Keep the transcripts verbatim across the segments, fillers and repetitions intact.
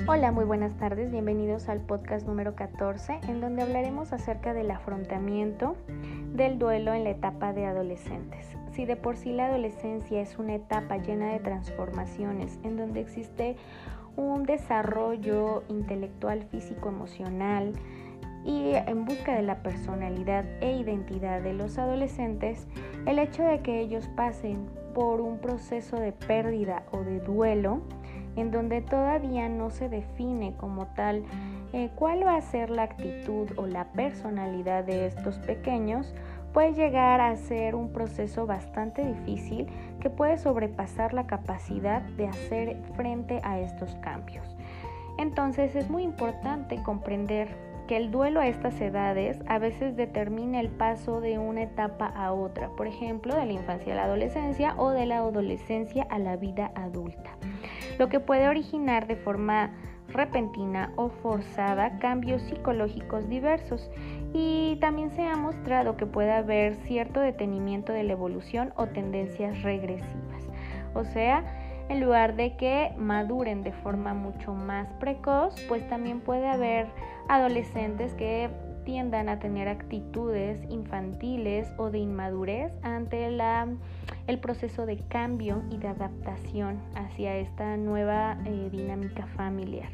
Hola, muy buenas tardes, bienvenidos al podcast número catorce, en donde hablaremos acerca del afrontamiento del duelo en la etapa de adolescentes. Si de por sí la adolescencia es una etapa llena de transformaciones, en donde existe un desarrollo intelectual, físico, emocional, y en busca de la personalidad e identidad de los adolescentes, el hecho de que ellos pasen por un proceso de pérdida o de duelo, en donde todavía no se define como tal eh, cuál va a ser la actitud o la personalidad de estos pequeños, puede llegar a ser un proceso bastante difícil que puede sobrepasar la capacidad de hacer frente a estos cambios. Entonces es muy importante comprender que el duelo a estas edades a veces determina el paso de una etapa a otra, por ejemplo, de la infancia a la adolescencia o de la adolescencia a la vida adulta, lo que puede originar de forma repentina o forzada cambios psicológicos diversos, y también se ha mostrado que puede haber cierto detenimiento de la evolución o tendencias regresivas, o sea, en lugar de que maduren de forma mucho más precoz, pues también puede haber adolescentes que tiendan a tener actitudes infantiles o de inmadurez ante la, el proceso de cambio y de adaptación hacia esta nueva eh, dinámica familiar.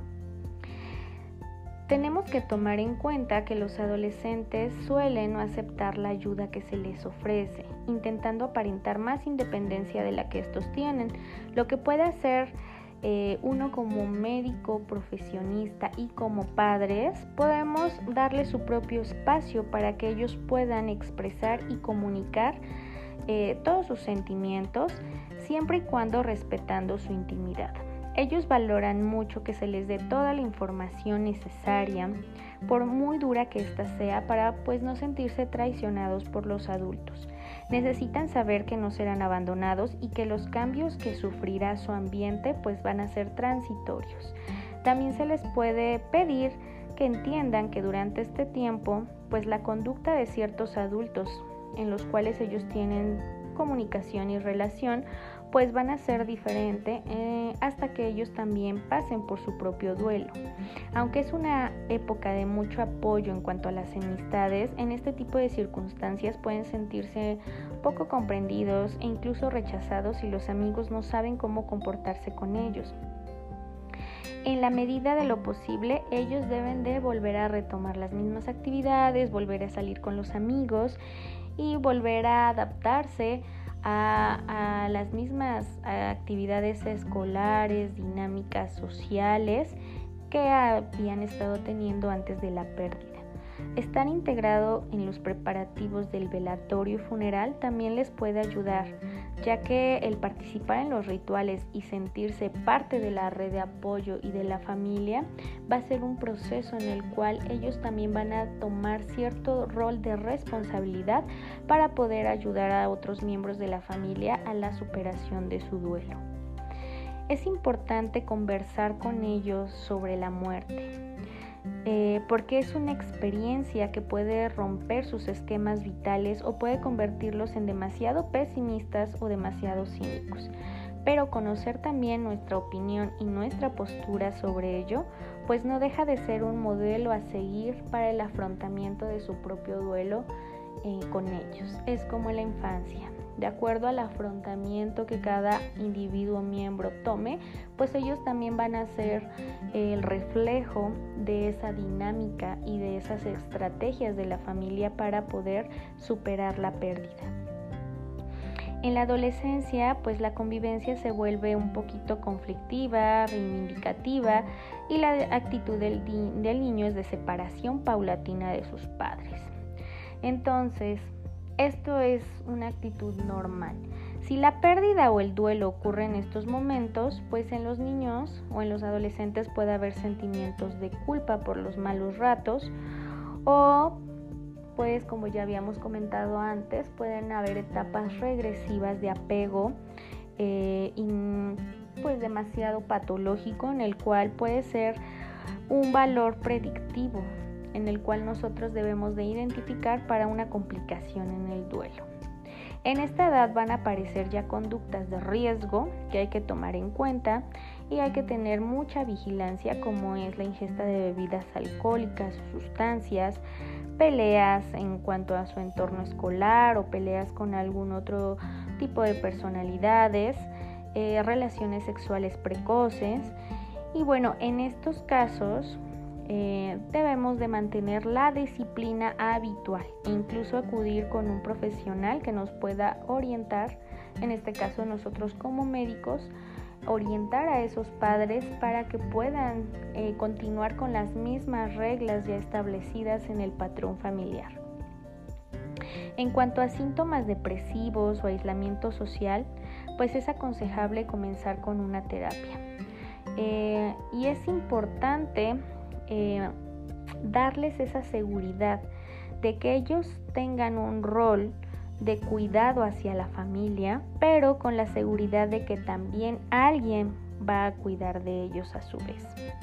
Tenemos que tomar en cuenta que los adolescentes suelen no aceptar la ayuda que se les ofrece, intentando aparentar más independencia de la que estos tienen, lo que puede hacer eh, uno como médico, profesionista y como padres, podemos darles su propio espacio para que ellos puedan expresar y comunicar eh, todos sus sentimientos, siempre y cuando respetando su intimidad. Ellos valoran mucho que se les dé toda la información necesaria, por muy dura que ésta sea, para pues no sentirse traicionados por los adultos. Necesitan saber que no serán abandonados y que los cambios que sufrirá su ambiente pues van a ser transitorios. También se les puede pedir que entiendan que durante este tiempo pues la conducta de ciertos adultos en los cuales ellos tienen comunicación y relación pues van a ser diferente eh, hasta que ellos también pasen por su propio duelo. Aunque es una época de mucho apoyo en cuanto a las amistades, en este tipo de circunstancias pueden sentirse poco comprendidos e incluso rechazados si los amigos no saben cómo comportarse con ellos. En la medida de lo posible, ellos deben de volver a retomar las mismas actividades, volver a salir con los amigos y volver a adaptarse A, a las mismas actividades escolares, dinámicas sociales que habían estado teniendo antes de la pérdida. Estar integrado en los preparativos del velatorio y funeral también les puede ayudar, ya que el participar en los rituales y sentirse parte de la red de apoyo y de la familia va a ser un proceso en el cual ellos también van a tomar cierto rol de responsabilidad para poder ayudar a otros miembros de la familia a la superación de su duelo. Es importante conversar con ellos sobre la muerte. Eh, porque es una experiencia que puede romper sus esquemas vitales o puede convertirlos en demasiado pesimistas o demasiado cínicos. Pero conocer también nuestra opinión y nuestra postura sobre ello, pues no deja de ser un modelo a seguir para el afrontamiento de su propio duelo eh, con ellos. Es como en la infancia. De acuerdo al afrontamiento que cada individuo miembro tome, pues ellos también van a ser el reflejo de esa dinámica y de esas estrategias de la familia para poder superar la pérdida. En la adolescencia, pues la convivencia se vuelve un poquito conflictiva, reivindicativa, y la actitud del, di- del niño es de separación paulatina de sus padres. Entonces, esto es una actitud normal. Si la pérdida o el duelo ocurre en estos momentos, pues en los niños o en los adolescentes puede haber sentimientos de culpa por los malos ratos, o pues como ya habíamos comentado antes, pueden haber etapas regresivas de apego eh, y pues demasiado patológico, en el cual puede ser un valor predictivo en el cual nosotros debemos de identificar para una complicación en el duelo. En esta edad van a aparecer ya conductas de riesgo que hay que tomar en cuenta y hay que tener mucha vigilancia, como es la ingesta de bebidas alcohólicas o sustancias, peleas en cuanto a su entorno escolar o peleas con algún otro tipo de personalidades, eh, relaciones sexuales precoces. Y bueno, en estos casos eh, debemos de mantener la disciplina habitual e incluso acudir con un profesional que nos pueda orientar, en este caso nosotros como médicos, orientar a esos padres para que puedan eh, continuar con las mismas reglas ya establecidas en el patrón familiar. En cuanto a síntomas depresivos o aislamiento social, pues es aconsejable comenzar con una terapia. Eh, y es importante eh, darles esa seguridad de que ellos tengan un rol de cuidado hacia la familia, pero con la seguridad de que también alguien va a cuidar de ellos a su vez.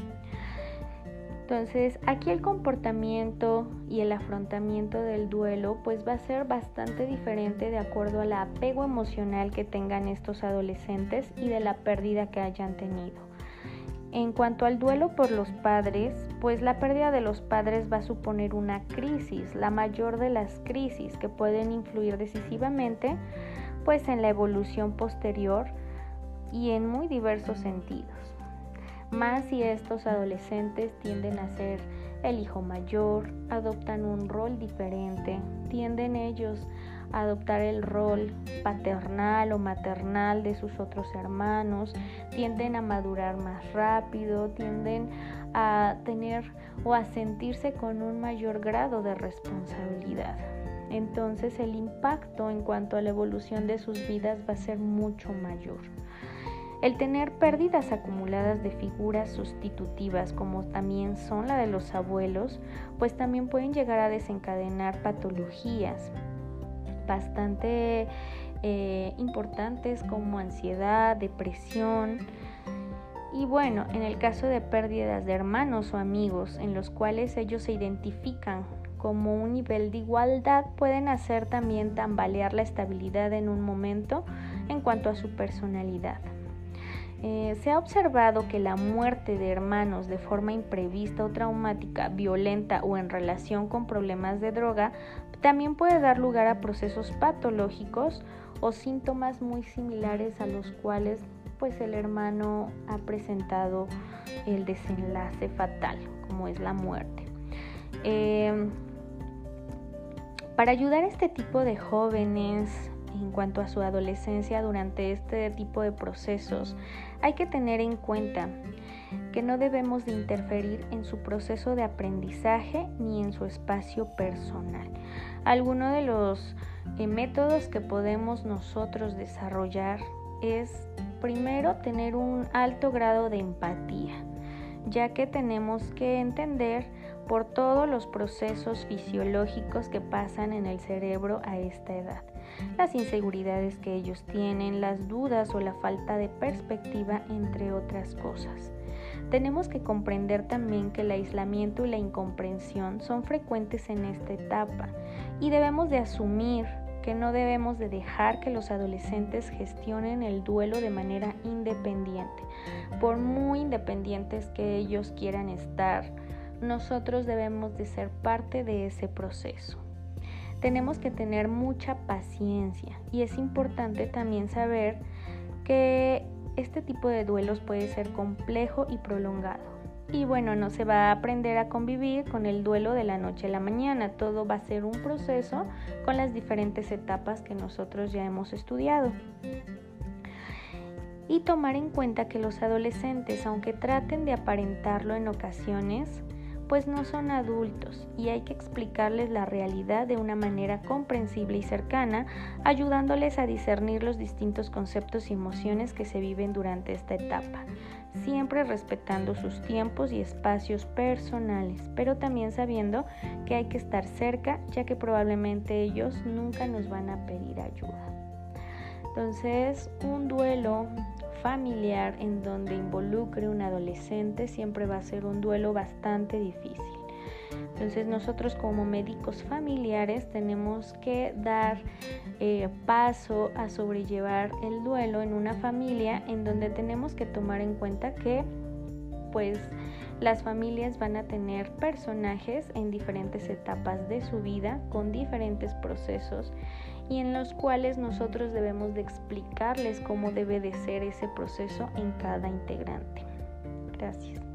Entonces, aquí el comportamiento y el afrontamiento del duelo pues va a ser bastante diferente de acuerdo al apego emocional que tengan estos adolescentes y de la pérdida que hayan tenido. En cuanto al duelo por los padres, pues la pérdida de los padres va a suponer una crisis, la mayor de las crisis que pueden influir decisivamente pues en la evolución posterior y en muy diversos sentidos. Más si estos adolescentes tienden a ser el hijo mayor, adoptan un rol diferente, tienden ellos a adoptar el rol paternal o maternal de sus otros hermanos, tienden a madurar más rápido, tienden a tener o a sentirse con un mayor grado de responsabilidad. Entonces el impacto en cuanto a la evolución de sus vidas va a ser mucho mayor. El tener pérdidas acumuladas de figuras sustitutivas, como también son la de los abuelos, pues también pueden llegar a desencadenar patologías bastante eh, importantes como ansiedad, depresión. Y bueno, en el caso de pérdidas de hermanos o amigos en los cuales ellos se identifican como un nivel de igualdad, pueden hacer también tambalear la estabilidad en un momento en cuanto a su personalidad. Eh, se ha observado que la muerte de hermanos de forma imprevista o traumática, violenta o en relación con problemas de droga también puede dar lugar a procesos patológicos o síntomas muy similares a los cuales pues el hermano ha presentado el desenlace fatal, como es la muerte. Eh, para ayudar a este tipo de jóvenes en cuanto a su adolescencia durante este tipo de procesos, hay que tener en cuenta que no debemos de interferir en su proceso de aprendizaje ni en su espacio personal. Alguno de los eh, métodos que podemos nosotros desarrollar es primero tener un alto grado de empatía, ya que tenemos que entender por todos los procesos fisiológicos que pasan en el cerebro a esta edad, las inseguridades que ellos tienen, las dudas o la falta de perspectiva, entre otras cosas. Tenemos que comprender también que el aislamiento y la incomprensión son frecuentes en esta etapa y debemos de asumir que no debemos de dejar que los adolescentes gestionen el duelo de manera independiente. Por muy independientes que ellos quieran estar, nosotros debemos de ser parte de ese proceso. Tenemos que tener mucha paciencia y es importante también saber que este tipo de duelos puede ser complejo y prolongado. Y bueno, no se va a aprender a convivir con el duelo de la noche a la mañana. Todo va a ser un proceso con las diferentes etapas que nosotros ya hemos estudiado. Y tomar en cuenta que los adolescentes, aunque traten de aparentarlo en ocasiones, pues no son adultos y hay que explicarles la realidad de una manera comprensible y cercana, ayudándoles a discernir los distintos conceptos y emociones que se viven durante esta etapa, siempre respetando sus tiempos y espacios personales, pero también sabiendo que hay que estar cerca, ya que probablemente ellos nunca nos van a pedir ayuda. Entonces, un duelo familiar en donde involucre un adolescente siempre va a ser un duelo bastante difícil. Entonces nosotros como médicos familiares tenemos que dar eh, paso a sobrellevar el duelo en una familia en donde tenemos que tomar en cuenta que pues las familias van a tener personajes en diferentes etapas de su vida con diferentes procesos y en los cuales nosotros debemos de explicarles cómo debe de ser ese proceso en cada integrante. Gracias.